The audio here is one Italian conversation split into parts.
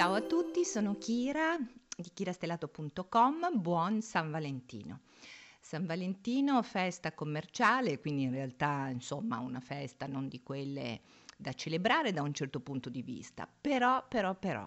Ciao a tutti, sono Kira di kirastelato.com. Buon San Valentino. San Valentino, festa commerciale, quindi in realtà insomma una festa non di quelle da celebrare da un certo punto di vista, però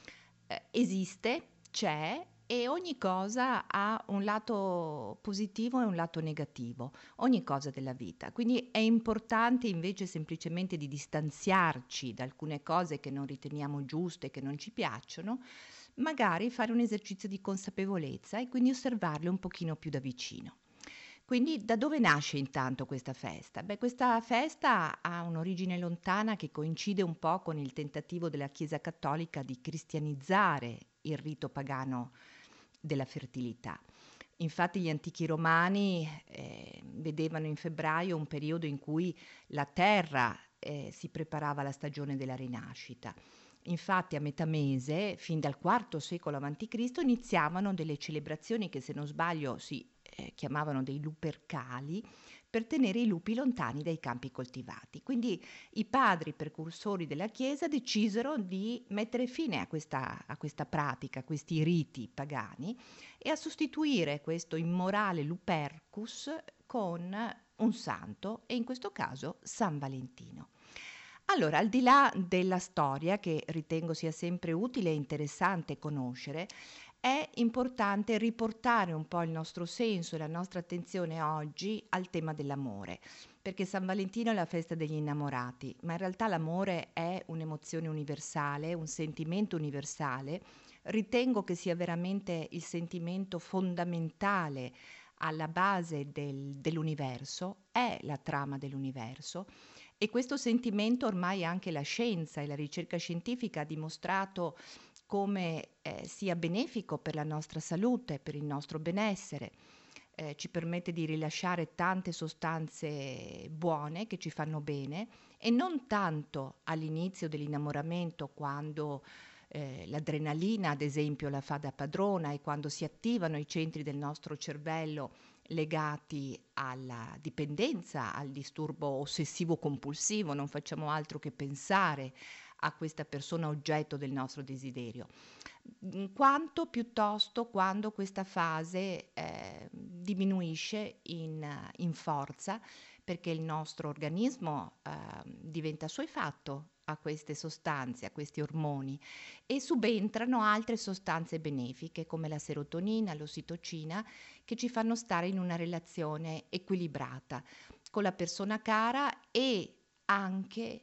esiste, c'è e ogni cosa ha un lato positivo e un lato negativo, ogni cosa della vita. Quindi è importante invece semplicemente di distanziarci da alcune cose che non riteniamo giuste, che non ci piacciono, magari fare un esercizio di consapevolezza e quindi osservarle un pochino più da vicino. Quindi da dove nasce intanto questa festa? Beh, questa festa ha un'origine lontana che coincide un po' con il tentativo della Chiesa Cattolica di cristianizzare il rito pagano della fertilità. Infatti gli antichi romani vedevano in febbraio un periodo in cui la terra si preparava alla stagione della rinascita. Infatti a metà mese, fin dal IV secolo a.C., iniziavano delle celebrazioni che, se non sbaglio, si chiamavano dei lupercali, per tenere i lupi lontani dai campi coltivati. Quindi i padri precursori della Chiesa decisero di mettere fine a questa pratica, a questi riti pagani, e a sostituire questo immorale lupercus con un santo, e in questo caso San Valentino. Allora, al di là della storia, che ritengo sia sempre utile e interessante conoscere, è importante riportare un po' il nostro senso e la nostra attenzione oggi al tema dell'amore, perché San Valentino è la festa degli innamorati, ma in realtà l'amore è un'emozione universale, un sentimento universale. Ritengo che sia veramente il sentimento fondamentale alla base dell'universo, è la trama dell'universo, e questo sentimento ormai anche la scienza e la ricerca scientifica ha dimostrato come sia benefico per la nostra salute, per il nostro benessere. Ci permette di rilasciare tante sostanze buone che ci fanno bene, e non tanto all'inizio dell'innamoramento, quando l'adrenalina ad esempio la fa da padrona e quando si attivano i centri del nostro cervello legati alla dipendenza, al disturbo ossessivo compulsivo, non facciamo altro che pensare a questa persona oggetto del nostro desiderio, quanto piuttosto quando questa fase diminuisce in forza, perché il nostro organismo diventa assuefatto a queste sostanze, a questi ormoni, e subentrano altre sostanze benefiche come la serotonina, l'ossitocina, che ci fanno stare in una relazione equilibrata con la persona cara e anche,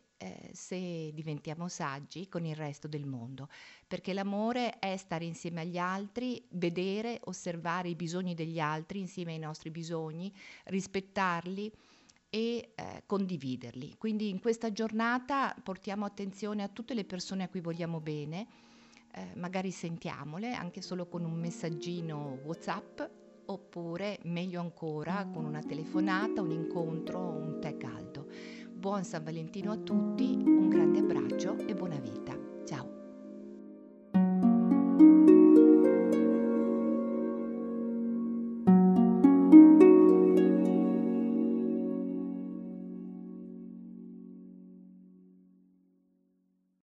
se diventiamo saggi, con il resto del mondo, perché l'amore è stare insieme agli altri, vedere, osservare i bisogni degli altri insieme ai nostri bisogni, rispettarli e condividerli. Quindi in questa giornata portiamo attenzione a tutte le persone a cui vogliamo bene, magari sentiamole anche solo con un messaggino WhatsApp, oppure meglio ancora con una telefonata, un incontro, un tè caldo. Buon San Valentino a tutti, un grande abbraccio e buona vita.